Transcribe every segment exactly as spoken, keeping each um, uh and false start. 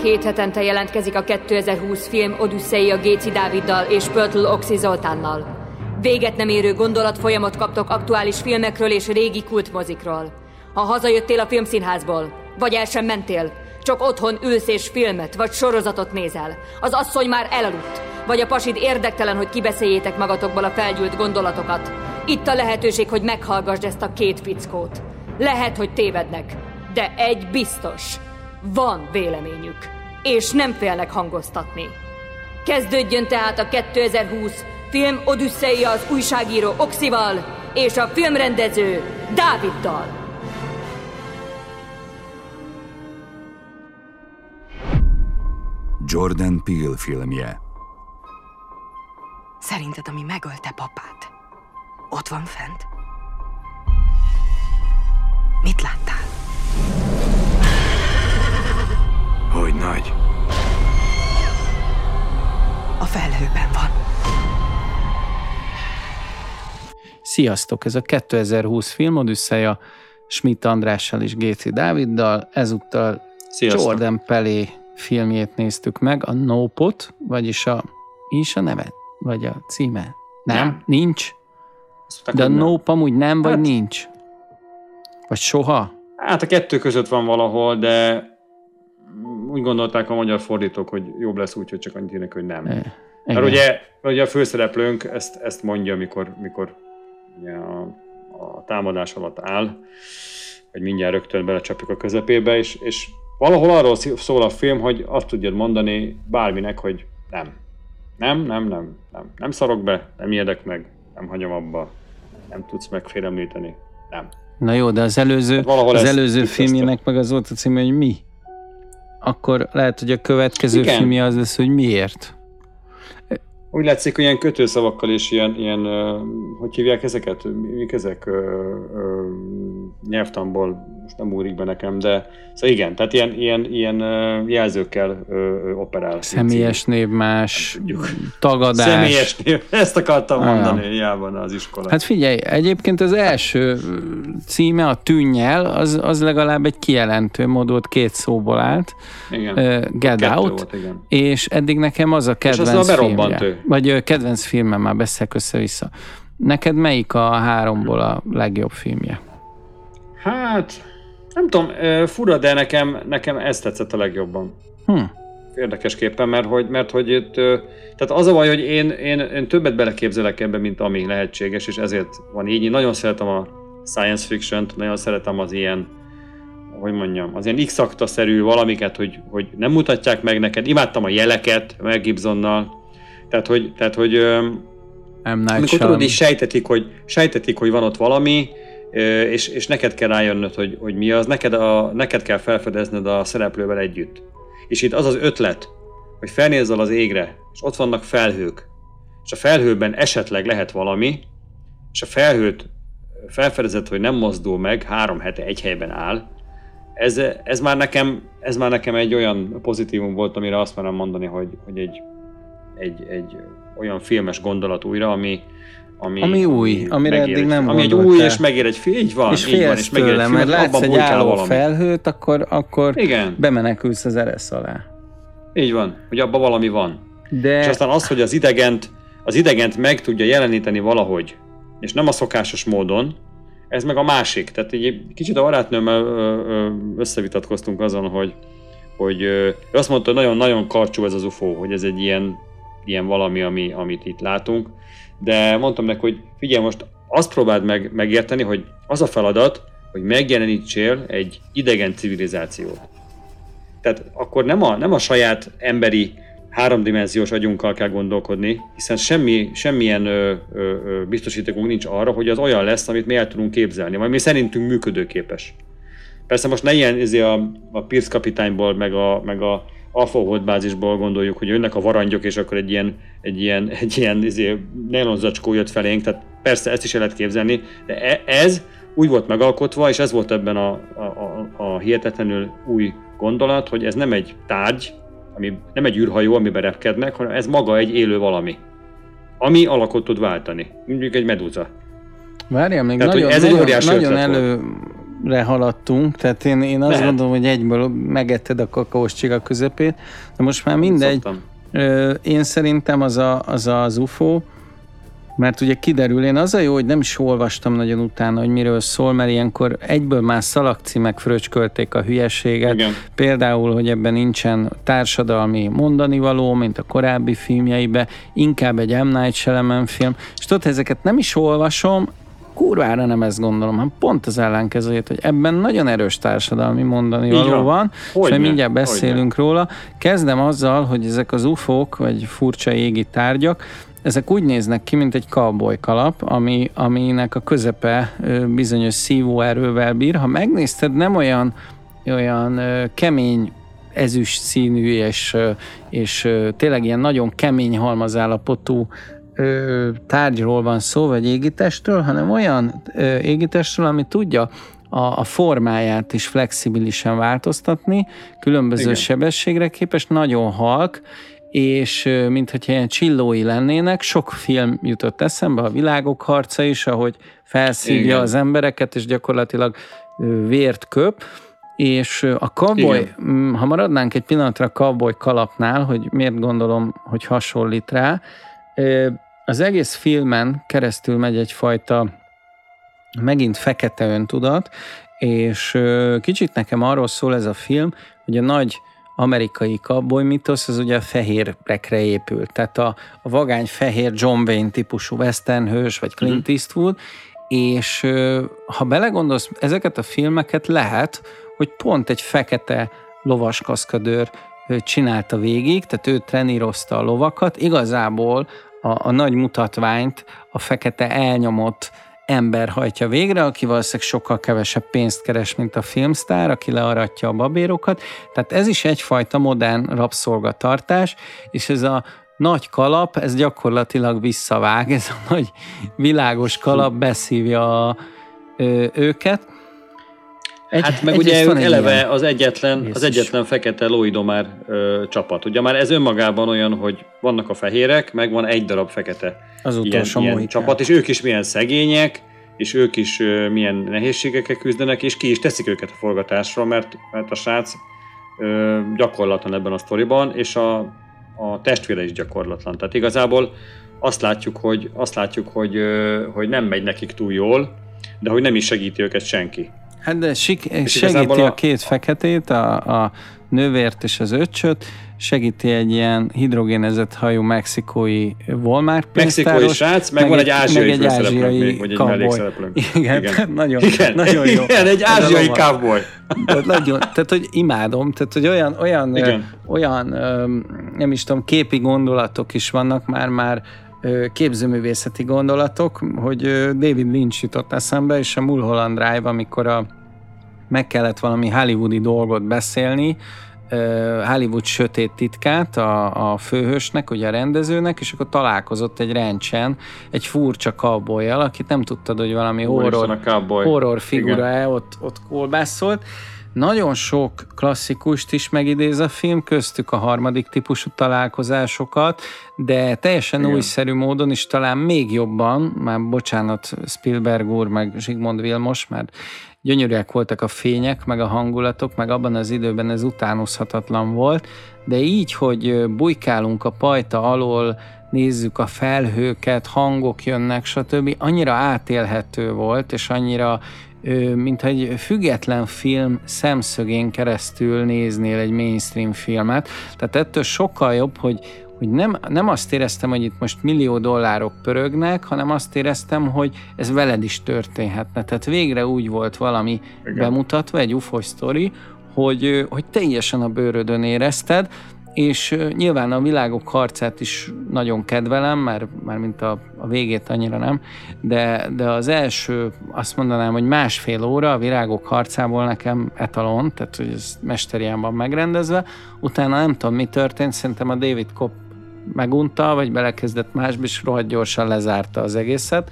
két hetente jelentkezik a kétezer-húsz film Odüsszeia Géci Dáviddal és Pörtl Oxy Zoltánnal. Véget nem érő gondolatfolyamot kaptok aktuális filmekről és régi kultmozikról. Ha hazajöttél a filmszínházból, vagy el sem mentél, csak otthon ülsz és filmet vagy sorozatot nézel, az asszony már elaludt, vagy a pasid érdektelen, hogy kibeszéljétek magatokból a felgyűlt gondolatokat. Itt a lehetőség, hogy meghallgassd ezt a két fickót. Lehet, hogy tévednek, de egy biztos. Van véleményük, és nem félnek hangoztatni. Kezdődjön tehát a kétezer-húsz film Odüsszeia az újságíró Oxyval és a filmrendező Dáviddal. Jordan Peele filmje. Szerinted, ami megölte papát, ott van fent? Mit láttál? Hogy nagy? A felhőben van. Sziasztok! Ez a kétezer-húsz film Odüsszeia Schmidt Andrással és Géci Dáviddal. Ezúttal Sziasztok. Jordan Peele filmjét néztük meg, a Nope-ot, vagyis a... mi is a neve? Vagy a címe? Nem? nem. Nincs? De a Nope amúgy nem, vagy hát, nincs? Vagy soha? Hát a kettő között van valahol, de úgy gondolták a magyar fordítók, hogy jobb lesz úgy, hogy csak annyit írnak, hogy nem. E, Mert ugye, ugye a főszereplőnk ezt, ezt mondja, mikor, mikor ugye a, a támadás alatt áll, hogy mindjárt rögtön belecsapjuk a közepébe, és, és valahol arról szól a film, hogy azt tudjad mondani bárminek, hogy nem. Nem, nem, nem, nem. Nem szarok be, nem ijedek meg, nem hagyom abba, nem tudsz megfélemlíteni, nem. Na jó, de az előző, hát az előző filmjének meg az volt a címe, hogy mi? Akkor lehet, hogy a következő Igen. filmje az lesz, hogy miért? Úgy látszik, hogy ilyen kötőszavakkal és ilyen, ilyen uh, hogy hívják ezeket? Mik ezek uh, uh, nyelvtanból, most nem úrik be nekem, de szóval igen, tehát ilyen, ilyen, ilyen uh, jelzőkkel uh, operál. Személyes névmás, tagadás. Személyes név, ezt akartam ah, mondani hiában az iskola. Hát figyelj, egyébként az első címe, a Tűnnyel, az, az legalább egy kijelentő mód volt, két szóból állt. Igen. Uh, Get Kettő Out, volt, igen. És eddig nekem az a kedvenc filmje. Vagy kedvenc filmem, már beszélek össze-vissza. Neked melyik a háromból a legjobb filmje? Hát, nem tudom, fura, de nekem, nekem ez tetszett a legjobban. Hm. Érdekesképpen, mert hogy, mert hogy itt, tehát az a baj, hogy én, én, én többet beleképzelek ebbe, mint ami lehetséges, és ezért van így. Én nagyon szeretem a science fiction-t, nagyon szeretem az ilyen, hogy mondjam, az ilyen X-akta-szerű valamiket, hogy, hogy nem mutatják meg neked. Imádtam a jeleket, Mel Gibsonnal. Tehát, hogy, tehát, hogy amikor tudod, is sejtetik, hogy, sejtetik, hogy van ott valami, és, és neked kell rájönnöd, hogy, hogy mi az, neked, a, neked kell felfedezned a szereplővel együtt. És itt az az ötlet, hogy felnézzel az égre, és ott vannak felhők, és a felhőben esetleg lehet valami, és a felhőt felfedezed, hogy nem mozdul meg, három hete egy helyben áll. Ez, ez, már nekem, ez már nekem egy olyan pozitívum volt, amire azt merem mondani, hogy, hogy egy Egy, egy olyan filmes gondolat újra, ami ami, ami új, amire megér, eddig nem ami egy új, és megér egy film, így van, és így van, és megér tőle, egy film, mert látsz egy álló valami. felhőt, akkor, akkor bemenekülsz az eresz alá. Így van, hogy abban valami van. De... És aztán az, hogy az idegent, az idegent meg tudja jeleníteni valahogy, és nem a szokásos módon, ez meg a másik. Tehát egy kicsit a barátnőmmel összevitatkoztunk azon, hogy, hogy ő azt mondta, hogy nagyon-nagyon karcsú ez az ufó, hogy ez egy ilyen ilyen valami, ami, amit itt látunk, de mondtam neki, hogy figyelj, most azt próbáld meg megérteni, hogy az a feladat, hogy megjelenítsél egy idegen civilizációt. Tehát akkor nem a, nem a saját emberi háromdimenziós agyunkkal kell gondolkodni, hiszen semmi, semmilyen ö, ö, ö, biztosítékunk nincs arra, hogy az olyan lesz, amit mi el tudunk képzelni, vagy mi szerintünk működőképes. Persze most ne ilyen ezért a, a Pierce kapitányból, meg a, meg a Alpha Hold bázisból gondoljuk, hogy jönnek a varangyok, és akkor egy ilyen, egy ilyen, egy ilyen ezért nylonzacskó jött felénk, tehát persze ezt is el lehet képzelni, de ez úgy volt megalkotva, és ez volt ebben a, a, a, a hihetetlenül új gondolat, hogy ez nem egy tárgy, ami nem egy űrhajó, amiben repkednek, hanem ez maga egy élő valami, ami alakot tud váltani, mondjuk egy medúza. Várjál, még Tehát, nagyon, ez nagyon, egy nagyon elő re haladtunk, tehát én, én azt Lehet. gondolom, hogy egyből megetted a kakaós csiga közepét, de most már mindegy. Ö, én szerintem az, a, az az u f o, mert ugye kiderül, én az a jó, hogy nem is olvastam nagyon utána, hogy miről szól, mert ilyenkor egyből már szalagcímek fröcskölték a hülyeséget. Igen. Például, hogy ebben nincsen társadalmi mondanivaló, mint a korábbi filmjeiben, inkább egy M. Night Shyamalan film, és tudod, ezeket nem is olvasom, kurvára nem ezt gondolom, hanem pont az ellenkezőjét, hogy ebben nagyon erős társadalmi mondanivaló van, és majd mindjárt beszélünk Hogyne. róla. Kezdem azzal, hogy ezek az u f o-k, vagy furcsa égi tárgyak, ezek úgy néznek ki, mint egy cowboy kalap, ami, aminek a közepe bizonyos szívóerővel bír. Ha megnézted, nem olyan, olyan kemény ezüst színű, és, és tényleg ilyen nagyon kemény halmazállapotú tárgyról van szó, vagy égitestről, hanem olyan égitestről, ami tudja a, a formáját is flexibilisen változtatni, különböző Igen. sebességre képes, nagyon halk, és minthogyha ilyen csillói lennének, sok film jutott eszembe, a Világok harca is, ahogy felszívja Igen. az embereket, és gyakorlatilag vért köp, és a cowboy, Igen. ha maradnánk egy pillanatra a cowboy kalapnál, hogy miért gondolom, hogy hasonlít rá, az egész filmen keresztül megy egyfajta megint fekete öntudat, és kicsit nekem arról szól ez a film, hogy a nagy amerikai cowboy mitosz, az ugye a fehérekre épült. Tehát a, a vagány fehér John Wayne típusú western hős, vagy Clint Eastwood, és ha belegondolsz, ezeket a filmeket lehet, hogy pont egy fekete lovaskaszkadőr csinálta végig, tehát ő trenírozta a lovakat, igazából a, a nagy mutatványt a fekete elnyomott ember hajtja végre, aki valószínűleg sokkal kevesebb pénzt keres, mint a filmsztár, aki learatja a babérokat. Tehát ez is egyfajta modern rabszolgatartás, és ez a nagy kalap, ez gyakorlatilag visszavág, ez a nagy világos kalap beszívja a, ö, őket. Egy, hát meg ugye ők eleve az egyetlen, az egyetlen fekete lóidomár ö, csapat. Ugye már ez önmagában olyan, hogy vannak a fehérek, meg van egy darab fekete az ilyen, ilyen csapat, és ők is milyen szegények, és ők is ö, milyen nehézségekkel küzdenek, és ki is teszik őket a forgatásra, mert, mert a srác ö, gyakorlatlan ebben a sztoriban, és a, a testvére is gyakorlatlan. Tehát igazából azt látjuk, hogy, azt látjuk, hogy, ö, hogy nem megy nekik túl jól, de hogy nem is segíti őket senki. Hát de sik- segíti a, a két feketét, a, a nővért és az öccsöt, segíti egy ilyen hidrogénezett hajú mexikói Walmart pénztáros. Mexikói srác, meg, meg van egy ázsiai főszereplőnk még, vagy egy mellékszereplőnk. Igen, igen. Nagyon, igen, nagyon jó. Igen, egy ázsiai cowboy. Nagyon, tehát, hogy imádom, tehát, hogy olyan, olyan, ö, olyan ö, nem is tudom, képi gondolatok is vannak már, már képzőművészeti gondolatok, hogy David Lynch jutott eszembe, és a Mulholland Drive, amikor a, meg kellett valami hollywoodi dolgot beszélni, Hollywood sötét titkát a, a főhősnek, ugye a rendezőnek, és akkor találkozott egy rencsen, egy furcsa cowboyjal, akit nem tudtad, hogy valami horror, horror figura-e, ott, ott kolbászolt. Nagyon sok klasszikust is megidéz a film, köztük a harmadik típusú találkozásokat, de teljesen Igen. újszerű módon is talán még jobban, már bocsánat Spielberg úr, meg Zsigmond Vilmos, mert gyönyörűek voltak a fények, meg a hangulatok, meg abban az időben ez utánozhatatlan volt, de így, hogy bujkálunk a pajta alól, nézzük a felhőket, hangok jönnek, stb. Annyira átélhető volt, és annyira mint egy független film szemszögén keresztül néznél egy mainstream filmet. Tehát ettől sokkal jobb, hogy, hogy nem, nem azt éreztem, hogy itt most millió dollárok pörögnek, hanem azt éreztem, hogy ez veled is történhetne. Tehát végre úgy volt valami Igen. bemutatva, egy ufos sztori, hogy, hogy teljesen a bőrödön érezted, és nyilván a Világok harcát is nagyon kedvelem, már, már mint a, a végét annyira nem, de, de az első, azt mondanám, hogy másfél óra a Világok harcából nekem etalon, tehát hogy ez mesteriánban megrendezve, utána nem tudom, mi történt, szerintem a David Kopp megunta, vagy belekezdett másba, és rohadt gyorsan lezárta az egészet,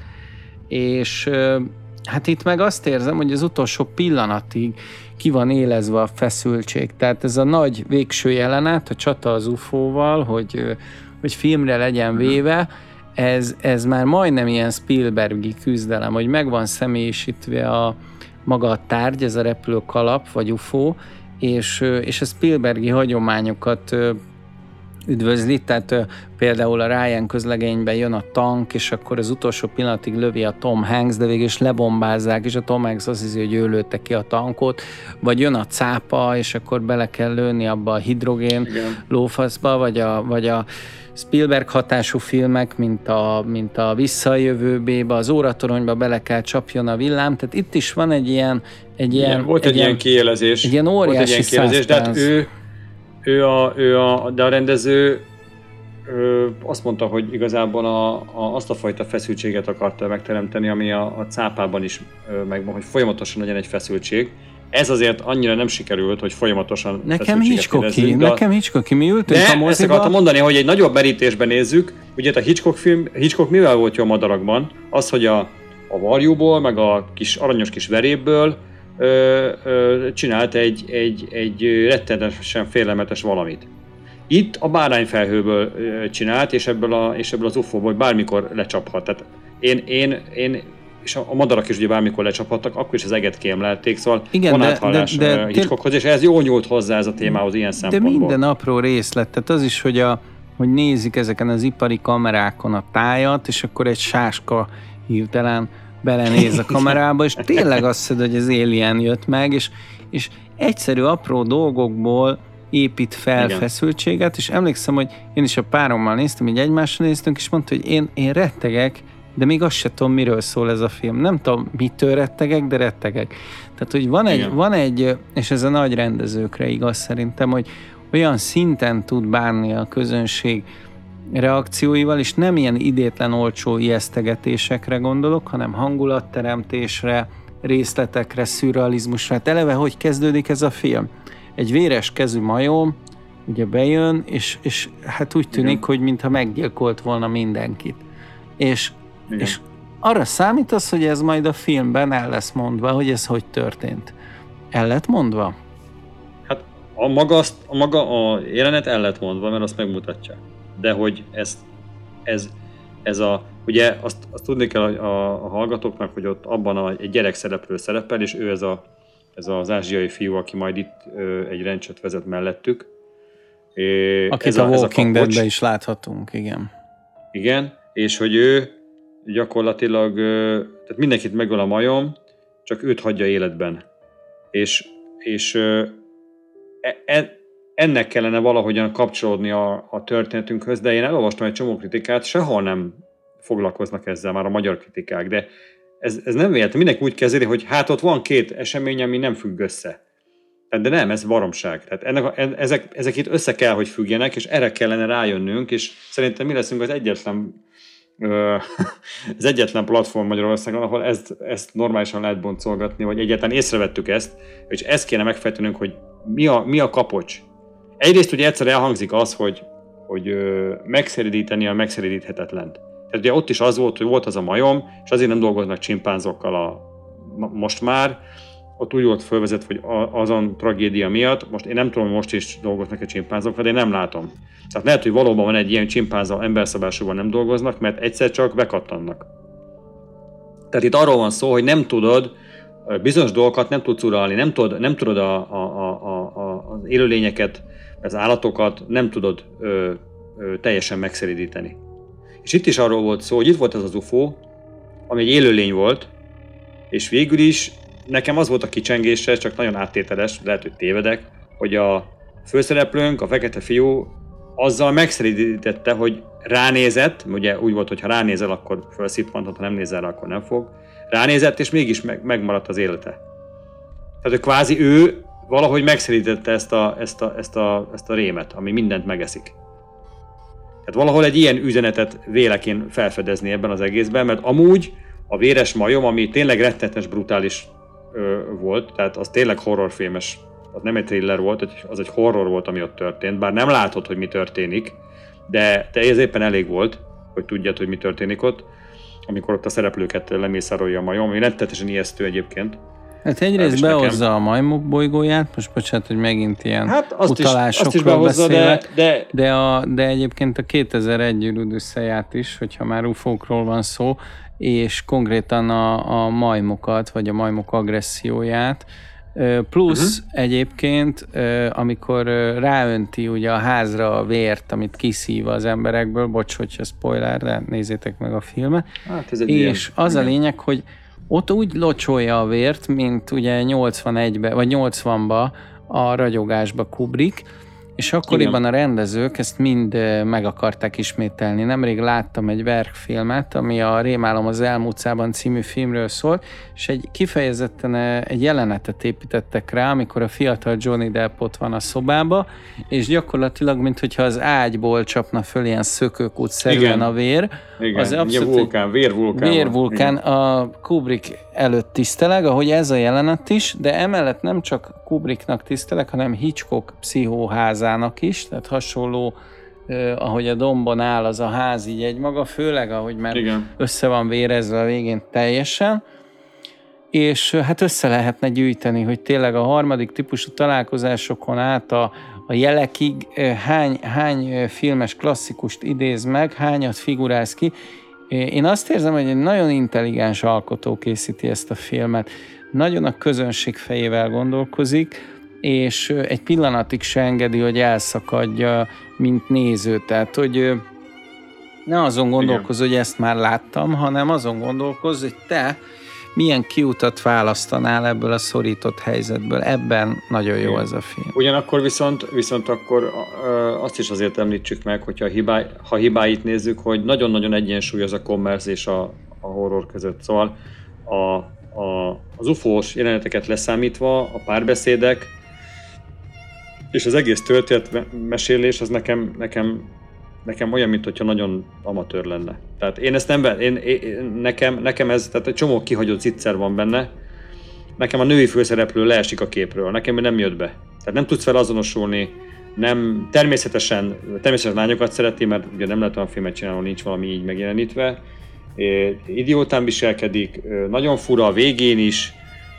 és hát itt meg azt érzem, hogy az utolsó pillanatig ki van élezve a feszültség. Tehát ez a nagy végső jelenet, a csata az ufóval, hogy, hogy filmre legyen véve, ez, ez már majdnem ilyen Spielbergi küzdelem, hogy meg van személyisítve a, maga a tárgy, ez a repülő kalap, vagy ufó, és, és a Spielbergi hagyományokat üdvözli, tehát például a Ryan közlegényben jön a tank, és akkor az utolsó pillanatig lövi a Tom Hanks, de végül is lebombázzák, és a Tom Hanks azt hiszi, hogy ő lőtte ki a tankot, vagy jön a cápa, és akkor bele kell lőni abba a hidrogén Igen. lófaszba, vagy a, vagy a Spielberg hatású filmek, mint a, mint a Vissza a jövőbébe, az óratoronyba bele kell csapjon a villám, tehát itt is van egy ilyen egy Igen, ilyen, volt egy, egy ilyen kiélezés. Egy ilyen óriási egy ilyen kiélezés, de hát ő, ő, a, ő a, de a rendező ő azt mondta, hogy igazából a, a, azt a fajta feszültséget akarta megteremteni, ami a, a cápában is megvan, hogy folyamatosan legyen egy feszültség. Ez azért annyira nem sikerült, hogy folyamatosan Nekem Hitchcocki, nekem Hitchcocki, mi ültünk de a moziba. ezt akartam mondani, hogy egy nagyobb merítésben nézzük, ugye a Hitchcock film, Hitchcock mivel volt jó a madarakban? Az, hogy a, a varjúból, meg a kis aranyos kis verébből ö, ö, csinált egy, egy, egy rettenetesen félelmetes valamit. Itt a bárányfelhőből csinált, és ebből, a, és ebből az ufóból bármikor lecsaphat. Tehát én, én, én és a madarak is ugye bármikor lecsaphattak, akkor is az eget kémlelték, szóval Igen, van de, áthallás de, de, Hitchcockhoz, és ez jól nyúlt hozzá ez a témához ilyen szempontból. De minden apró részlet, tehát az is, hogy, a, hogy nézik ezeken az ipari kamerákon a tájat, és akkor egy sáska hirtelen belenéz a kamerába, és tényleg azt hiszed, hogy az Alien jött meg, és, és egyszerű apró dolgokból épít fel Igen. feszültséget, és emlékszem, hogy én is a párommal néztem, így egymásra néztünk, és mondta, hogy én, én rettegek, de még azt se tudom, miről szól ez a film. Nem tudom, mitől rettegek, de rettegek. Tehát, hogy van egy, van egy, és ez a nagy rendezőkre igaz szerintem, hogy olyan szinten tud bánni a közönség reakcióival, és nem ilyen idétlen olcsó ijesztegetésekre gondolok, hanem hangulatteremtésre, részletekre, szürrealizmusra. Hát eleve, hogy kezdődik ez a film? Egy véres kezű majom, ugye bejön, és, és hát úgy tűnik, Igen. hogy mintha meggyilkolt volna mindenkit. És, és arra számítasz, hogy ez majd a filmben el lesz mondva, hogy ez hogy történt. El lett mondva? Hát a maga, azt, a maga a jelenet el lett mondva, mert azt megmutatja. De hogy ez, ez, ez a, ugye azt, azt tudni kell a, a, a hallgatóknak, hogy ott abban a, egy gyerek szereplő szerepel, és ő ez, a, ez az ázsiai fiú, aki majd itt ö, egy rencset vezet mellettük. É, Akit a, a Walking Deadben is láthatunk, igen. Igen, és hogy ő gyakorlatilag, tehát mindenkit megöl a majom, csak őt hagyja életben. És, és e, ennek kellene valahogyan kapcsolódni a, a történetünkhöz, de én elolvastam egy csomó kritikát, sehol nem foglalkoznak ezzel már a magyar kritikák, de ez, ez nem véletlen. Mindenki úgy kezeli, hogy hát ott van két esemény, ami nem függ össze. De nem, ez baromság. Tehát ennek a, ezek, ezek itt össze kell, hogy függjenek, és erre kellene rájönnünk, és szerintem mi leszünk az egyetlen az egyetlen platform Magyarországon, ahol ezt, ezt normálisan lehet boncolgatni, vagy egyáltalán észrevettük ezt, és ezt kéne megfejtenünk, hogy mi a, mi a kapocs. Egyrészt ugye egyszer elhangzik az, hogy, hogy megszeridíteni a megszeridíthetetlent. Tehát ugye ott is az volt, hogy volt az a majom, és azért nem dolgoznak csimpánzokkal a, most már, ott úgy volt fölvezetve, hogy azon tragédia miatt, most én nem tudom, hogy most is dolgoznak a csimpánzokkal, de én nem látom. Tehát lehet, hogy valóban van egy ilyen csimpánza, emberszabásúban nem dolgoznak, mert egyszer csak bekattannak. Tehát itt arról van szó, hogy nem tudod, bizonyos dolgokat nem tudsz uralni, nem tudod, nem tudod a, a, a, a, az élőlényeket, az állatokat nem tudod ö, ö, teljesen megszeridíteni. És itt is arról volt szó, hogy itt volt ez az ufó, ami egy élőlény volt, és végül is nekem az volt a kicsengése, csak nagyon áttételes, lehet, hogy tévedek, hogy a főszereplőnk, a fekete fiú azzal megszerítette, hogy ránézett, ugye úgy volt, hogy ha ránézel, akkor felszippantott, ha nem nézel rá, akkor nem fog. Ránézett, és mégis meg, megmaradt az élete. Tehát, hogy kvázi ő valahogy megszerítette ezt a, ezt, a, ezt, a, ezt a rémet, ami mindent megeszik. Tehát valahol egy ilyen üzenetet vélek én felfedezni ebben az egészben, mert amúgy a véres majom, ami tényleg rettenetes, brutális ö, volt, tehát az tényleg horrorfilmes, az nem egy thriller volt, az egy horror volt, ami ott történt, bár nem látod, hogy mi történik, de, de ez éppen elég volt, hogy tudjad, hogy mi történik ott, amikor ott a szereplőket lemészárolja a majom, ami rettenetesen ijesztő egyébként. Hát egyrészt behozza nekem a majmok bolygóját, most bocsánat, hogy megint ilyen hát azt utalásokról is, azt is behozza, beszélek, de, de... De, a, de egyébként a kétezer-egy űrűdüsszeját is, hogyha már ufókról van szó, és konkrétan a, a majmokat, vagy a majmok agresszióját. Plusz uh-huh. egyébként, amikor ráönti ugye a házra a vért, amit kiszív az emberekből, bocs, hogyha spoiler, de nézzétek meg a filmet. Hát ez egy és ilyen, az igen. a lényeg, hogy ott úgy locsolja a vért, mint ugye nyolcvanegyben, vagy nyolcvanban a ragyogásba Kubrick, és akkoriban igen. a rendezők ezt mind meg akarták ismételni. Nemrég láttam egy verkfilmet, ami a Rémálom az elmúcában című filmről szól, és egy kifejezetten egy jelenetet építettek rá, amikor a fiatal Johnny Depp ott van a szobába, és gyakorlatilag, minthogyha az ágyból csapna föl ilyen szökőkút-szerűen a vér. Igen, az abszolút vulkán, vérvulkán. Vérvulkán a Kubrick előtt tiszteleg, ahogy ez a jelenet is, de emellett nem csak Kubricknak tiszteleg, hanem Hitchcock pszichóházának is, tehát hasonló, eh, ahogy a dombon áll az a ház így egymaga, főleg ahogy már igen. össze van vérezve a végén teljesen, és hát össze lehetne gyűjteni, hogy tényleg a harmadik típusú találkozásokon át a, a jelekig eh, hány, hány filmes klasszikust idéz meg, hányat figurálsz ki. Én azt érzem, hogy egy nagyon intelligens alkotó készíti ezt a filmet. Nagyon a közönség fejével gondolkozik, és egy pillanatig se engedi, hogy elszakadja, mint néző. Tehát, hogy ne azon gondolkozz, hogy ezt már láttam, hanem azon gondolkozz, hogy te milyen kiutat választanál ebből a szorított helyzetből. Ebben nagyon jó ez a film. Ugyanakkor viszont, viszont akkor azt is azért említsük meg, hogyha hibá, ha hibáit nézzük, hogy nagyon-nagyon egyensúlyoz a commerce és a, a horror között. Szóval a, a, az ufós jeleneteket leszámítva, a párbeszédek és az egész történetmesélés az nekem, nekem nekem olyan, mintha nagyon amatőr lenne. Tehát én ezt nem, én, én, nekem, nekem ez, tehát egy csomó kihagyott zicser van benne, nekem a női főszereplő leesik a képről, nekem nem jött be. Tehát nem tudsz fel azonosulni, nem, természetesen, természetesen lányokat szereti, mert ugye nem lehet olyan filmet csinálni, nincs valami így megjelenítve. É, idiótán viselkedik, nagyon fura a végén is,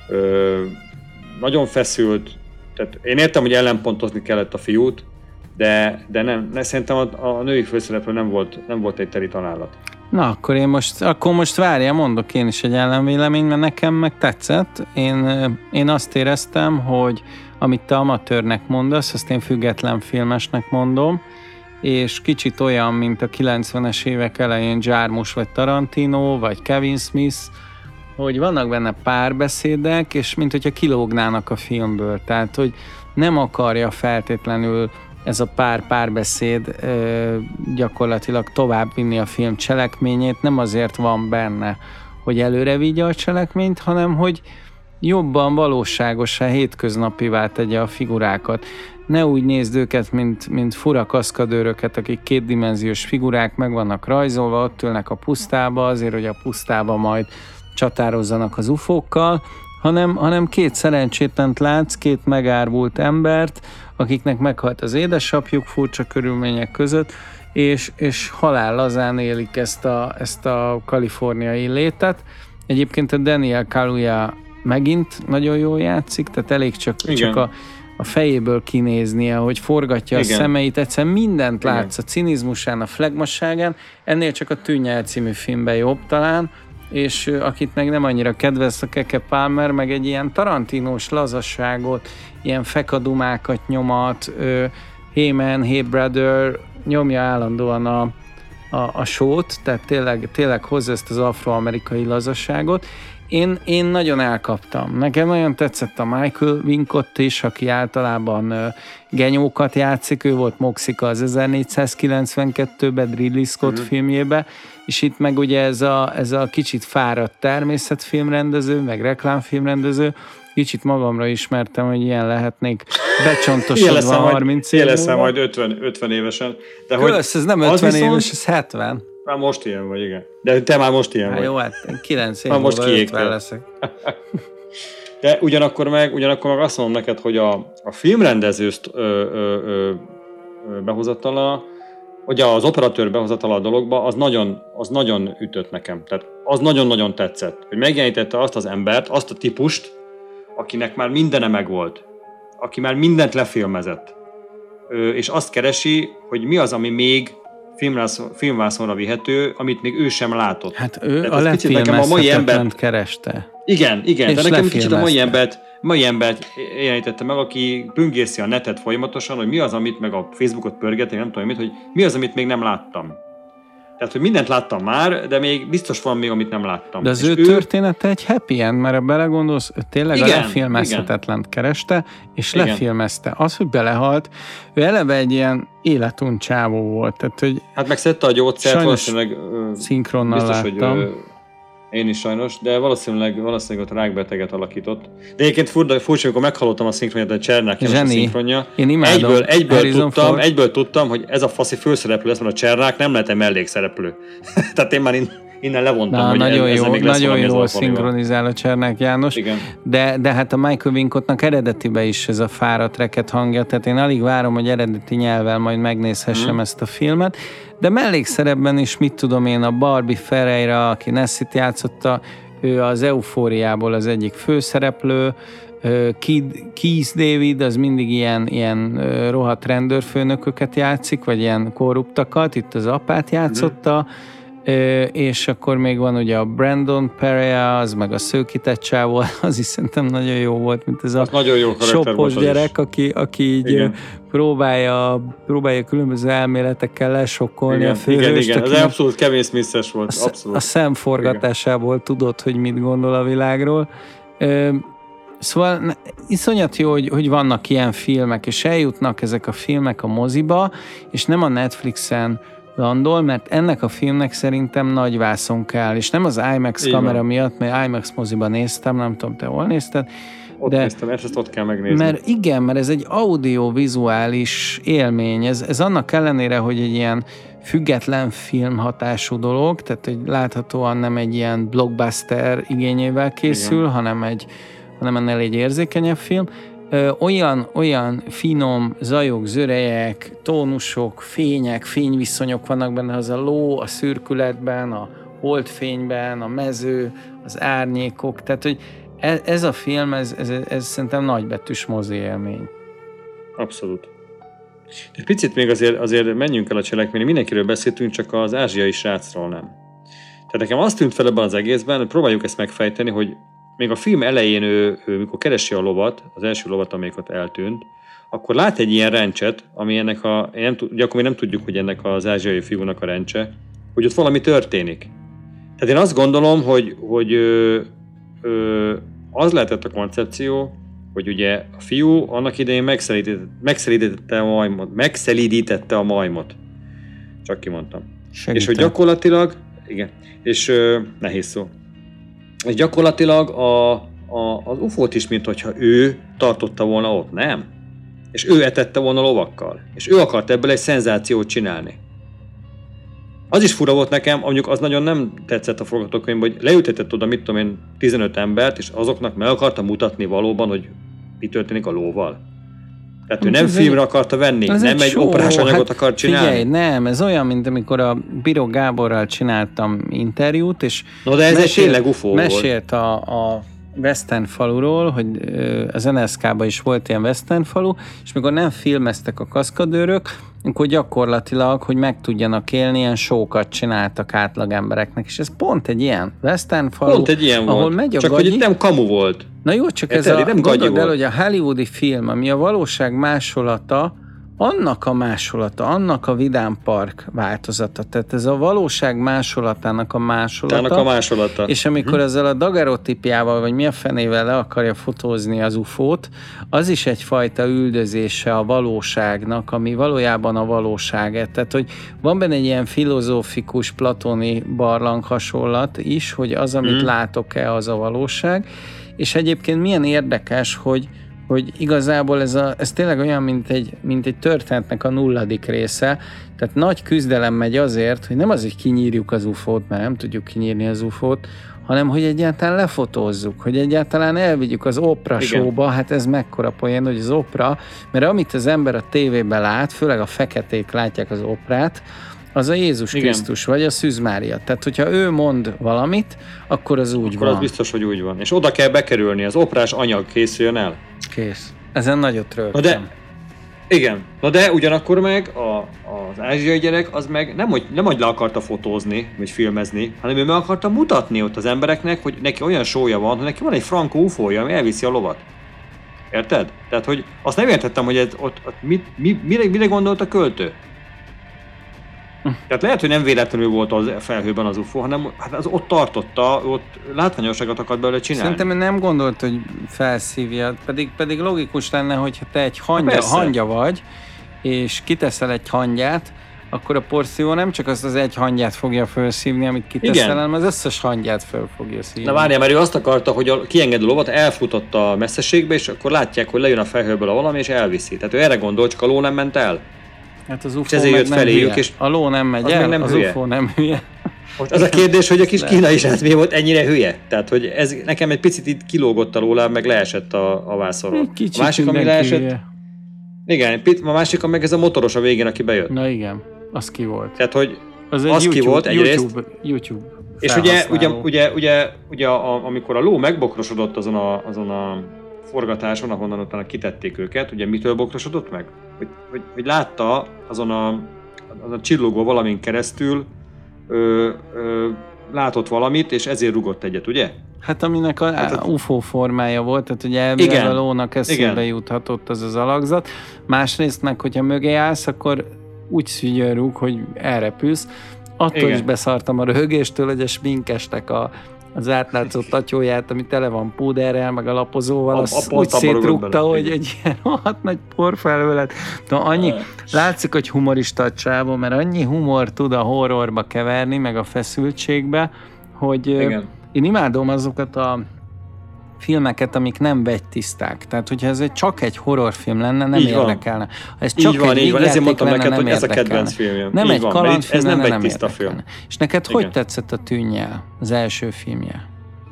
nagyon feszült, tehát én értem, hogy ellenpontozni kellett a fiút, de, de nem, ne, szerintem a, a női főszereplő nem volt, nem volt egy teri találat. Na, akkor én most, akkor most várjál, mondok én is egy ellenvéleményt, mert nekem meg tetszett. Én, én azt éreztem, hogy amit te amatőrnek mondasz, azt én független filmesnek mondom, és kicsit olyan, mint a kilencvenes évek elején Jarmusch vagy Tarantino, vagy Kevin Smith, hogy vannak benne párbeszédek, és mint hogyha kilógnának a filmből. Tehát, hogy nem akarja feltétlenül ez a pár párbeszéd gyakorlatilag továbbvinni a film cselekményét, nem azért van benne, hogy előre vigye a cselekményt, hanem hogy jobban valóságosá, hétköznapivá tegye a figurákat. Ne úgy nézd őket, mint, mint fura kaszkadőröket, akik kétdimenziós figurák, meg vannak rajzolva, ott ülnek a pusztába, azért, hogy a pusztába majd csatározzanak az ufókkal, hanem, hanem két szerencsétlent látsz, két megárvult embert, akiknek meghalt az édesapjuk furcsa körülmények között, és, és halál lazán élik ezt a, ezt a kaliforniai létet. Egyébként a Daniel Kaluuya megint nagyon jól játszik, tehát elég csak, csak a, a fejéből kinéznie, hogy forgatja igen. a szemeit, egyszerűen mindent igen. látsz a cinizmusán, a flegmasságán, ennél csak a Tűnj el című filmben jobb talán, és akit meg nem annyira kedvez a Keke Palmer, meg egy ilyen tarantinós lazasságot, ilyen fekadumákat nyomat, Hey Man, Hey Brother, nyomja állandóan a, a, a sót, tehát tényleg, tényleg hozza ezt az afroamerikai lazasságot. Én, én nagyon elkaptam. Nekem nagyon tetszett a Michael Wincott is, aki általában uh, genyókat játszik, ő volt Moxika az ezernégyszázkilencvenkettőben, Ridley Scott mm-hmm. filmjében, és itt meg ugye ez a, ez a kicsit fáradt természetfilmrendező, meg reklámfilmrendező, kicsit magamra ismertem, hogy ilyen lehetnék becsontosodva harminc év. Ilyen leszel majd ötven, ötven évesen. De Kölsz, hogy ez nem ötven viszont... éves, ez hetven. Már most ilyen vagy, igen. De te már most ilyen Há, vagy. Jó, hát kilenc év múlva ötven leszek. De ugyanakkor meg, ugyanakkor meg azt mondom neked, hogy a, a filmrendező ö, ö, ö, behozatala, hogy az operatőr behozatala a dologba, az nagyon, az nagyon ütött nekem. Tehát az nagyon-nagyon tetszett. Hogy megjelenítette azt az embert, azt a típust, akinek már mindene megvolt. Aki már mindent lefilmezett. Ö, és azt keresi, hogy mi az, ami még filmvászonra vihető, amit még ő sem látott. Hát ő tehát a lefilmezhetetlent kereste. Igen, igen, de nekem kicsit a mai embert, mai embert jelenítette meg, aki böngészi a netet folyamatosan, hogy mi az, amit meg a Facebookot pörgeti, nem tudom mit, hogy mi az, amit még nem láttam. Tehát, hogy mindent láttam már, de még biztos van még, amit nem láttam. De az és ő, ő története egy happy end, mert ha belegondolsz, ő tényleg igen, a lefilmezhetetlent kereste, és igen. lefilmezte. Az, hogy belehalt, ő eleve egy ilyen életunt csávó volt. Tehát, hogy hát meg szedte a gyógyszert, valószínűleg szinkronnal biztos, láttam. Hogy, én is sajnos, de valószínűleg, valószínűleg ott rákbeteget alakított. De egyébként furcsa, furcsa, amikor meghallottam a szinkronját, a Csernák János a szinkronja. Én imádom. Egyből, egyből, tudtam, egyből tudtam, hogy ez a faszi főszereplő lesz, mert a Csernák nem lehet mellékszereplő. Tehát én már innen levontam, Na, hogy nagyon ez, jó, még lesz nagyon jól szinkronizál a Csernák János. Igen. De, de hát a Michael Wincotnak eredetibe is ez a fáradt reket hangja, tehát én alig várom, hogy eredeti nyelvvel majd megnézhessem hmm. ezt a filmet. De mellékszerepben is, mit tudom én, a Barbie Ferreira, aki Nessit játszotta, ő az Eufóriából az egyik főszereplő, Keith David, az mindig ilyen, ilyen rohadt rendőrfőnököket játszik, vagy ilyen korruptakat, itt az apát játszotta, mm. és akkor még van ugye a Brandon Perea, az meg a szőkített csávó, az is szerintem nagyon jó volt, mint ez a sopos gyerek, aki, aki így igen. próbálja, próbálja különböző elméletekkel lesokkolni igen, a főhőst. Igen, igen, ez abszolút Kevin Smith-es volt. A, abszolút. a szemforgatásából tudod, hogy mit gondol a világról. Szóval iszonyat jó, hogy, hogy vannak ilyen filmek, és eljutnak ezek a filmek a moziba, és nem a Netflixen landol, mert ennek a filmnek szerintem nagy vászon kell, és nem az IMAX Igen. kamera miatt, mert IMAX moziban néztem, nem tudom, te hol nézted. Ott de, néztem, ezt, ezt ott kell megnézni. Mert igen, mert ez egy audiovizuális élmény, ez, ez annak ellenére, hogy egy ilyen független filmhatású dolog, tehát hogy láthatóan nem egy ilyen blockbuster igényével készül, igen. hanem egy hanem ennél egy érzékenyebb film. Ö, olyan, olyan finom zajok, zörejek, tónusok, fények, fényviszonyok vannak benne, az a ló, a szürkületben, a holdfényben, a mező, az árnyékok, tehát hogy ez, ez a film, ez, ez, ez szerintem nagybetűs mozi élmény. Abszolút. Egy picit még azért, azért menjünk el a cselekményre, mindenkiről beszéltünk, csak az ázsiai srácról nem. Tehát nekem azt tűnt fel ebben az egészben, hogy próbáljuk ezt megfejteni, hogy még a film elején ő, ő mikor keresi a lovat, az első lovat, amelyik ott eltűnt, akkor lát egy ilyen rencset, ami ennek a, nem, ugye akkor mi nem tudjuk, hogy ennek az ázsiai fiúnak a rencse, hogy ott valami történik. Tehát én azt gondolom, hogy, hogy ö, ö, az lehetett a koncepció, hogy ugye a fiú annak idején megszelídítette, megszelídítette a majmot, megszelídítette a majmot. Csak kimondtam. Segítem. És hogy gyakorlatilag, igen, és ö, nehéz szó. És gyakorlatilag a, a, az ufót is, mint hogyha ő tartotta volna ott, nem? És ő etette volna lovakkal. És ő akart ebből egy szenzációt csinálni. Az is fura volt nekem, mondjuk az nagyon nem tetszett a forgatókönyvben, hogy leültetett oda, mit tudom én, tizenöt embert, és azoknak meg akarta mutatni valóban, hogy mi történik a lóval. Tehát ő nem filmre akarta venni, nem egy, egy operás anyagot hát akart csinálni. Figyelj, nem, ez olyan, mint amikor a Bíró Gáborral csináltam interjút, és no, de ez mesélt, egy tényleg ufó mesélt a, a Western faluról, hogy az en es ká-ban is volt ilyen Western falu, és mikor nem filmeztek a kaszkadőrök, akkor gyakorlatilag, hogy meg tudjanak élni, ilyen show-kat csináltak átlag embereknek, és ez pont egy ilyen Western falu, pont egy ilyen ahol volt. megy a csak gagyi, hogy itt nem kamu volt. Na jó, csak ez, ez a, gondold el, hogy a hollywoodi film, ami a valóság másolata, annak a másolata, annak a Vidám Park változata. Tehát ez a valóság másolatának a másolata. Tának a másolata. És amikor hm. ezzel a daguerreotípiával, vagy mi a fenével le akarja fotózni az ufót, az is egyfajta üldözése a valóságnak, ami valójában a valóság. Tehát, hogy van benne egy ilyen filozófikus, platoni barlang hasonlat is, hogy az, amit hm. látok-e, az a valóság. És egyébként milyen érdekes, hogy hogy igazából ez, a, ez tényleg olyan, mint egy, mint egy történetnek a nulladik része, tehát nagy küzdelem megy azért, hogy nem az, hogy kinyírjuk az ufót, mert nem tudjuk kinyírni az ufót, hanem hogy egyáltalán lefotózzuk, hogy egyáltalán elvigyük az Oprah show-ba, hát ez mekkora poén, hogy az Oprah, mert amit az ember a tévében lát, főleg a feketék látják az Oprát, az a Jézus Igen. Krisztus, vagy a Szűz Mária. Tehát, hogyha ő mond valamit, akkor az úgy akkor van. Az biztos, hogy úgy van. És oda kell bekerülni, az oprás anyag készüljön el. Kész. Ezen nagyot rögtem. Na de, igen. Na de ugyanakkor meg a, a az ázsiai gyerek az meg nem hogy, nem hogy le akarta fotózni, vagy filmezni, hanem ő meg akarta mutatni ott az embereknek, hogy neki olyan sója van, hogy neki van egy frankó ufója, ami elviszi a lovat. Érted? Tehát, hogy azt nem értettem, hogy ez ott, ott mit, mi, mire, mire gondolt a költő. Tehát lehet, hogy nem véletlenül volt az felhőben az ufó, hanem hát az ott tartotta, ott látványosságot akart belőle csinálni. Szerintem nem gondolt, hogy felszívja, pedig, pedig logikus lenne, hogy ha te egy hangya, hangya vagy, és kiteszel egy hangyát, akkor a porszívó nem csak azt az egy hangyát fogja felszívni, amit kiteszel, hanem az összes hangyát fel fogja szívni. Na várjál, mert ő azt akarta, hogy a kienged a lovat, elfutott a messzeségbe, és akkor látják, hogy lejön a felhőből a valami, és elviszi. Tehát ő erre gondol, csak a ló nem ment el. Hát az ufó meg nem hülye. És a ló nem megy el, nem az hülye. ufó nem hülye. Most az a kérdés, hogy a kis kínai zsák miért volt ennyire hülye? Tehát, hogy ez nekem egy picit itt kilógott a lóláb, meg leesett a, a vászorról. Kicsit a másik, ami leesett, hülye. Igen, a másik, meg ez a motoros a végén, aki bejött. Na igen, az ki volt. Tehát, hogy az, az YouTube, ki volt egyrészt. YouTube, YouTube és ugye, ugye, ugye, ugye, ugye a, amikor a ló megbokrosodott azon a, azon a forgatáson, ahonnan utána kitették őket, ugye mitől bokrosodott meg? Hogy, hogy, hogy látta azon a, azon a csillogó valamin keresztül ö, ö, látott valamit, és ezért rugott egyet, ugye? Hát aminek a hát, ufó formája volt, tehát ugye elvileg a lónak eszébe juthatott az az alakzat. Másrészt meg, hogyha mögé állsz, akkor úgy szügyörrúg, hogy elrepülsz. Attól igen. is beszartam a röhögéstől, hogy a sminkesnek a, az átlátszó tatyóját, ami tele van púderrel, meg a lapozóval, az úgy szétrúgta, hogy egy ilyen rohadt nagy porfelhő lett. De annyi, látszik, hogy humorista a csávó, mert annyi humor tud a horrorba keverni, meg a feszültségbe, hogy igen. én imádom azokat a filmeket, amik nem vegytiszták. Tehát, hogyha ez csak egy horrorfilm lenne, nem így érdekelne. Ha ez csak így van, egy így van. Ezért mondtam lenne, neked, hogy ez a kedvenc filmjem. Nem így egy kalandfilm lenne, nem, nem érdekelne. Film. És neked igen. hogy tetszett a Tűnjel, az első filmje?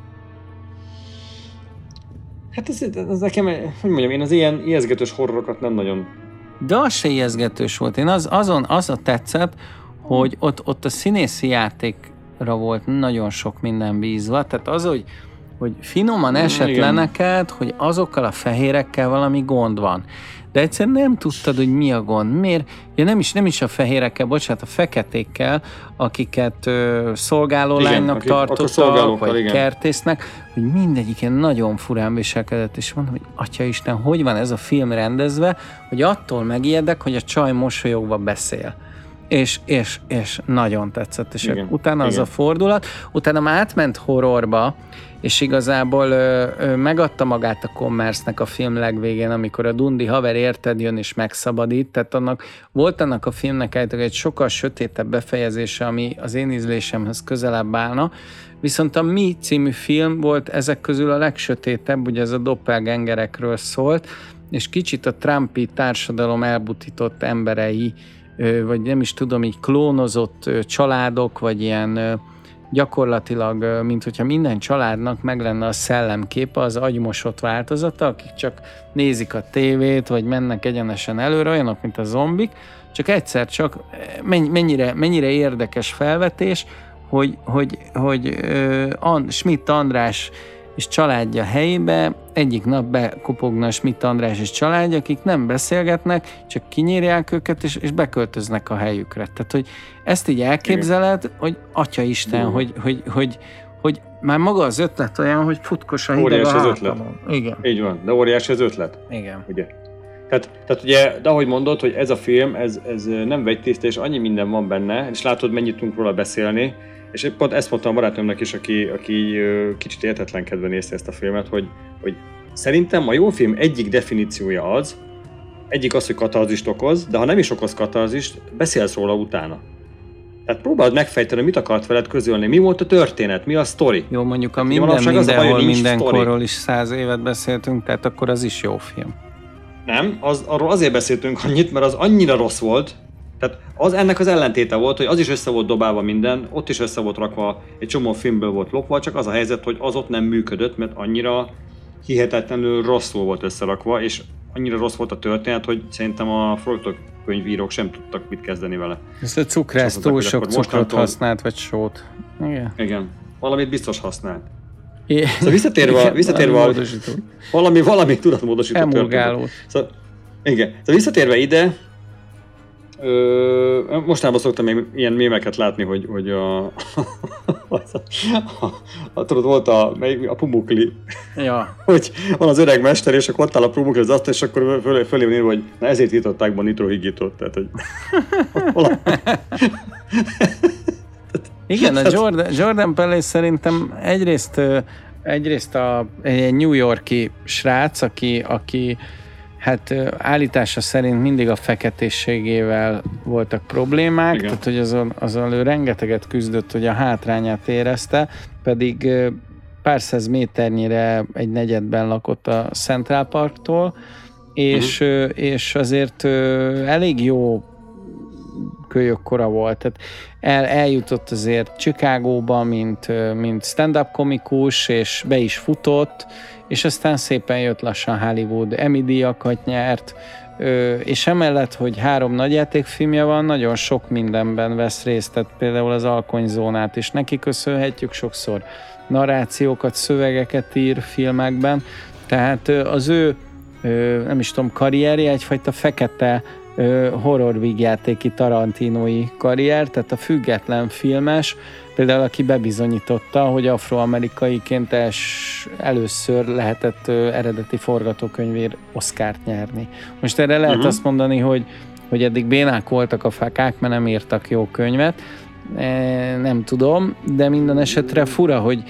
Hát ez, ez nekem, hogy mondjam, én az ilyen ijesztgetős horrorokat nem nagyon... De az se ijesztgetős volt. Én az, azon, az a tetszett, hogy ott, ott a színészi játékra volt nagyon sok minden bízva. Tehát az, hogy hogy finoman esett igen. le neked, hogy azokkal a fehérekkel valami gond van. De egyszerűen nem tudtad, hogy mi a gond. Miért? Ja, nem, is, nem is a fehérekkel, bocsánat, a feketékkel, akiket ö, szolgálólánynak tartottak, vagy igen. kertésznek, hogy mindegyik ilyen nagyon furán viselkedett, és mondom, hogy Atyaisten, hogy van ez a film rendezve, hogy attól megijedek, hogy a csaj mosolyogva beszél. És, és, és nagyon tetszett. És igen. utána igen. az a fordulat, utána már átment horrorba, és igazából ö, ö, megadta magát a Commerce-nek a film legvégén, amikor a Dundi haver érted jön és megszabadít, tehát annak volt annak a filmnek egy sokkal sötétebb befejezése, ami az én ízlésemhez közelebb állna, viszont a Mi című film volt ezek közül a legsötétebb, ugye ez a doppelgangerekről szólt, és kicsit a Trumpi társadalom elbutított emberei, ö, vagy nem is tudom, így klónozott ö, családok, vagy ilyen ö, gyakorlatilag, mint hogyha minden családnak meg lenne a szellemképe, az agymosott változata, akik csak nézik a tévét, vagy mennek egyenesen előre, olyanok, mint a zombik, csak egyszer csak mennyire, mennyire érdekes felvetés, hogy, hogy, hogy uh, Schmidt András és családja helyébe egyik nap bekopogna Schmidt András és családja, akik nem beszélgetnek, csak kinyírják őket, és, és beköltöznek a helyükre. Tehát, hogy ezt így elképzeled, igen. hogy Atyaisten, hogy, hogy, hogy, hogy már maga az ötlet olyan, hogy futkos a hideg a hátamon. Igen. Így van, de óriási az ötlet. Igen. Ugye? Tehát, tehát ugye, de ahogy mondod, hogy ez a film, ez, ez nem vegytiszta, és annyi minden van benne, és látod, mennyit tudunk róla beszélni, és pont ezt mondtam a barátomnak is, aki, aki kicsit értetlenkedve nézte ezt a filmet, hogy, hogy szerintem a jó film egyik definíciója az, egyik az, hogy katarzist okoz, de ha nem is okoz katarzist, beszélsz róla utána. Tehát próbáld megfejteni, mit akart veled közölni, mi volt a történet, mi a sztori. Jó, mondjuk a minden, mindenhol, mindenkorról is száz évet beszéltünk, tehát akkor az is jó film. Nem, az, arról azért beszéltünk annyit, mert az annyira rossz volt, tehát az ennek az ellentéte volt, hogy az is össze volt dobálva minden, ott is össze volt rakva, egy csomó filmből volt lopva, csak az a helyzet, hogy az ott nem működött, mert annyira hihetetlenül rosszul volt összerakva, és annyira rossz volt a történet, hogy szerintem a forgatókönyvírók sem tudtak mit kezdeni vele. Ez a cukrász túl sok cukrot használt, vagy sót. Igen. Igen. Valamit biztos használt. É. Szóval visszatérve, visszatérve a, valami, valami tudatmódosító történet. Emulgálót. Szóval, igen. Szóval visszatérve ide, Ö, mostanában szoktam még ilyen mémeket látni, hogy, hogy a, a, a, a, a tudod, volt a, a Pumukli, ja. hogy van az öreg mester, és akkor ott áll a Pumukli az asztal, és akkor föl, fölé van írva, hogy na ezért hították be a nitrohigitot, tehát hogy igen, a Jordan, Jordan Peele szerintem egyrészt, egyrészt a, egy New York-i srác, aki, aki hát állítása szerint mindig a feketésségével voltak problémák, igen. Tehát hogy azon, azon ő rengeteget küzdött, hogy a hátrányát érezte, pedig pár száz méternyire egy negyedben lakott a Central Parktól, és, uh-huh. és azért elég jó kölyökkora volt. Tehát el, eljutott azért Chicagóba, mint, mint stand-up komikus, és be is futott, és aztán szépen jött lassan Hollywood, Emmy-díjakat nyert, és emellett, hogy három nagyjátékfilmje van, nagyon sok mindenben vesz részt, tehát például az Alkonyzónát is neki köszönhetjük, sokszor narrációkat, szövegeket ír filmekben, tehát az ő, nem is tudom, karrierje egyfajta fekete horror vígjátéki tarantinói karrier, tehát a független filmes, például aki bebizonyította, hogy afroamerikaiként els, először lehetett eredeti forgatókönyvért Oscart nyerni. Most erre lehet uh-huh. azt mondani, hogy, hogy eddig bénák voltak a fakák, mert nem írtak jó könyvet, e, nem tudom, de minden esetre fura, hogy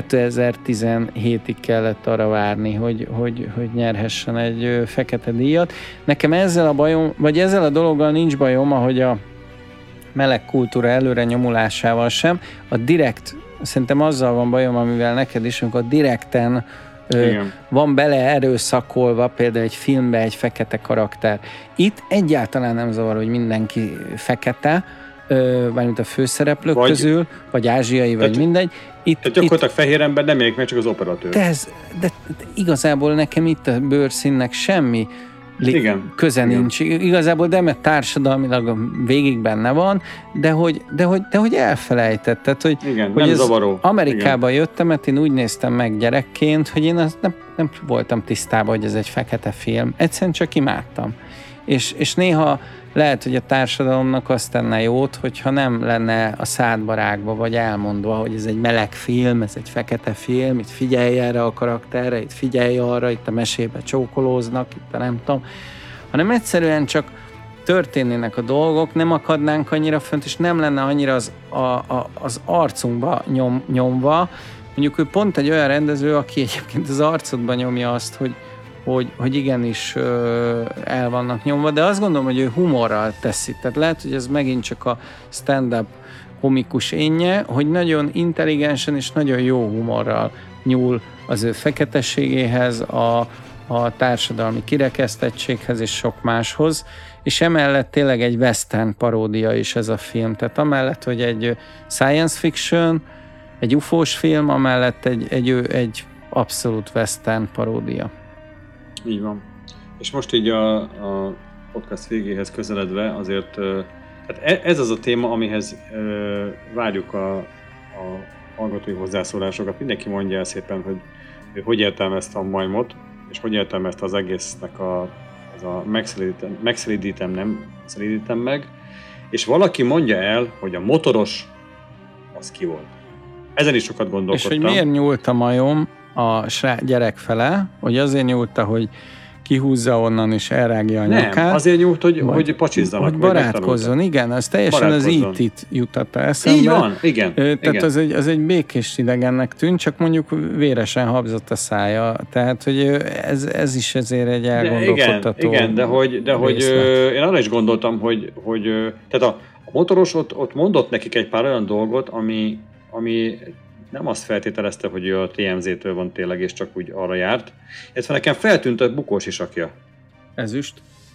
kétezer-tizenhétig kellett arra várni, hogy, hogy, hogy nyerhessen egy fekete díjat. Nekem ezzel a bajom, vagy ezzel a dologgal nincs bajom, ahogy a meleg kultúra előre nyomulásával sem. A direkt, szerintem azzal van bajom, amivel neked is, amikor a direkten ö, van bele erőszakolva például egy filmbe egy fekete karakter. Itt egyáltalán nem zavar, hogy mindenki fekete, mármint a főszereplők vagy, közül, vagy ázsiai, vagy tehát, mindegy. Itt, tehát gyakorlatilag itt, fehér ember nem élik meg, csak az operatőr. De, ez, de, de igazából nekem itt a bőrszínnek semmi igen, köze igen. nincs. Igazából de, mert társadalmilag végig benne van, de hogy, de hogy, de hogy elfelejtett. Tehát, hogy, igen, hogy nem zavaró. Amerikába igen. jöttem, mert én úgy néztem meg gyerekként, hogy én azt nem, nem voltam tisztában, hogy ez egy fekete film. Egyszerűen csak imádtam. És, és néha lehet, hogy a társadalomnak azt tenne jót, hogyha nem lenne a szádba rágva, vagy elmondva, hogy ez egy meleg film, ez egy fekete film, itt figyelj erre a karakterre, itt figyelj arra, itt a mesébe csókolóznak, itt a nem tudom, hanem egyszerűen csak történnének a dolgok, nem akadnánk annyira fönt, és nem lenne annyira az, a, a, az arcunkba nyom, nyomva. Mondjuk ő pont egy olyan rendező, aki egyébként az arcodba nyomja azt, hogy Hogy, hogy igenis ö, el vannak nyomva, de azt gondolom, hogy ő humorral teszi. Tehát lehet, hogy ez megint csak a stand-up komikus énje, hogy nagyon intelligensen és nagyon jó humorral nyúl az ő feketességéhez, a, a társadalmi kirekesztettséghez és sok máshoz, és emellett tényleg egy western paródia is ez a film. Tehát amellett, hogy egy science fiction, egy ufós film, amellett egy, egy, egy abszolút western paródia. Így van. És most így a, a podcast végéhez közeledve azért, tehát ez az a téma, amihez várjuk a, a hallgatói hozzászólásokat. Mindenki mondja el szépen, hogy ő hogy értelmezte a majmot, és hogy értelmezte az egésznek a, az a megszelítem, megszelítem, nem szelítem meg, és valaki mondja el, hogy a motoros az ki volt. Ezen is sokat gondolkodtam. És hogy miért nyúlt a majom a gyerek fele, hogy azért nyúlta, hogy kihúzza onnan és elrágja a nyakát. Nem, azért nyúlt, hogy, vagy, hogy pacsizzanak. Hogy barátkozzon, igen, az teljesen az í té-t jutatta eszembe. Így van, igen. Tehát igen. Az, egy, az egy békés idegennek tűnt, csak mondjuk véresen habzott a szája. Tehát, hogy ez, ez is ezért egy elgondolkodtató. Igen, igen, de hogy, de hogy én arra is gondoltam, hogy, hogy tehát a, a motoros ott, ott mondott nekik egy pár olyan dolgot, ami, ami nem azt feltételezte, hogy ő a té em zé-től van tényleg, és csak úgy arra járt. Illetve nekem feltűnt a bukós isakja. Ezüst?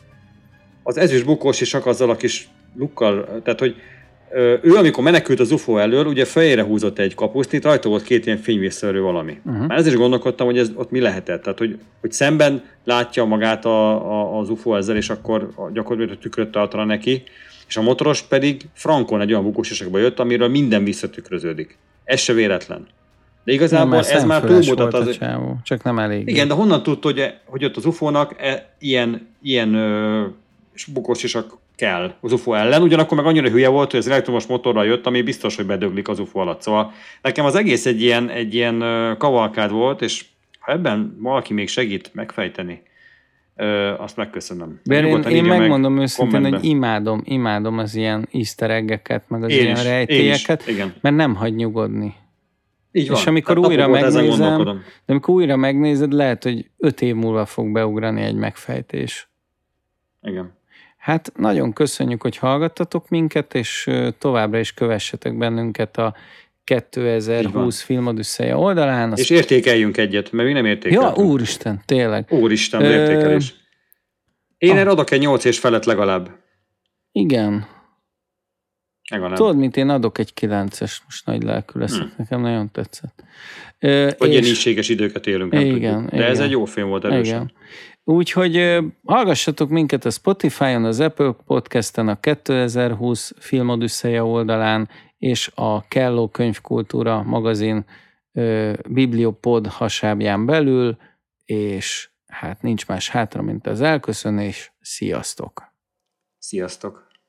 Az ezüst bukós isak azzal a kis lukkal, tehát hogy ő, amikor menekült az ufó elől, ugye fejére húzott egy kapusztit, rajta volt két ilyen fényvészszerű valami. Uh-huh. Már ezért is gondolkodtam, hogy ez ott mi lehetett. Tehát, hogy, hogy szemben látja magát a, a, az ufó ezzel, és akkor gyakorlatilag tükröt tartana neki, és a motoros pedig frankon egy olyan bukós isakba jött, amiről minden visszatükröződik. Ez se véletlen. De igazából nem, ez már túlmutat az... Csávó, csak nem elég. Igen, de honnan tudta, hogy, hogy ott az ufónak e, ilyen, ilyen ö, bukós isak kell az u ef o ellen, ugyanakkor meg annyira hülye volt, hogy az elektromos motorral jött, ami biztos, hogy bedöglik az u ef o alatt. Szóval nekem az egész egy ilyen, egy ilyen kavalkád volt, és ha ebben valaki még segít megfejteni, azt megköszönöm. Én, én megmondom meg őszintén, kommentben. Hogy imádom, imádom az ilyen easter egg-eket, meg az én ilyen is, rejtélyeket, mert nem hagy nyugodni. Így van. És amikor hát újra megnézem, de amikor újra megnézed, lehet, hogy öt év múlva fog beugrani egy megfejtés. Igen. Hát nagyon köszönjük, hogy hallgattatok minket, és továbbra is kövessetek bennünket a kétezer-húsz Filmodüsszeja oldalán. És értékeljünk egyet, mert mi nem értékeltünk. Ja, úristen, tényleg. Úristen, Ö... értékelés. Én ah. erre adok egy nyolc és felett legalább. Igen. Legalább. Tudod, mint én adok egy kilences, most nagy lelkű leszek, hmm. nekem nagyon tetszett. Ö, Vagy és... ilyen ízséges időket élünk, nem igen, tudjuk. De igen. Ez egy jó film volt erősen. Igen. Úgyhogy hallgassatok minket a Spotify-on, az Apple Podcast-en, a kétezer-húsz Filmodüsszeja oldalán, és a Kelló Könyvkultúra magazin Bibliopod hasábján belül, és hát nincs más hátra, mint az elköszönés. Sziasztok! Sziasztok!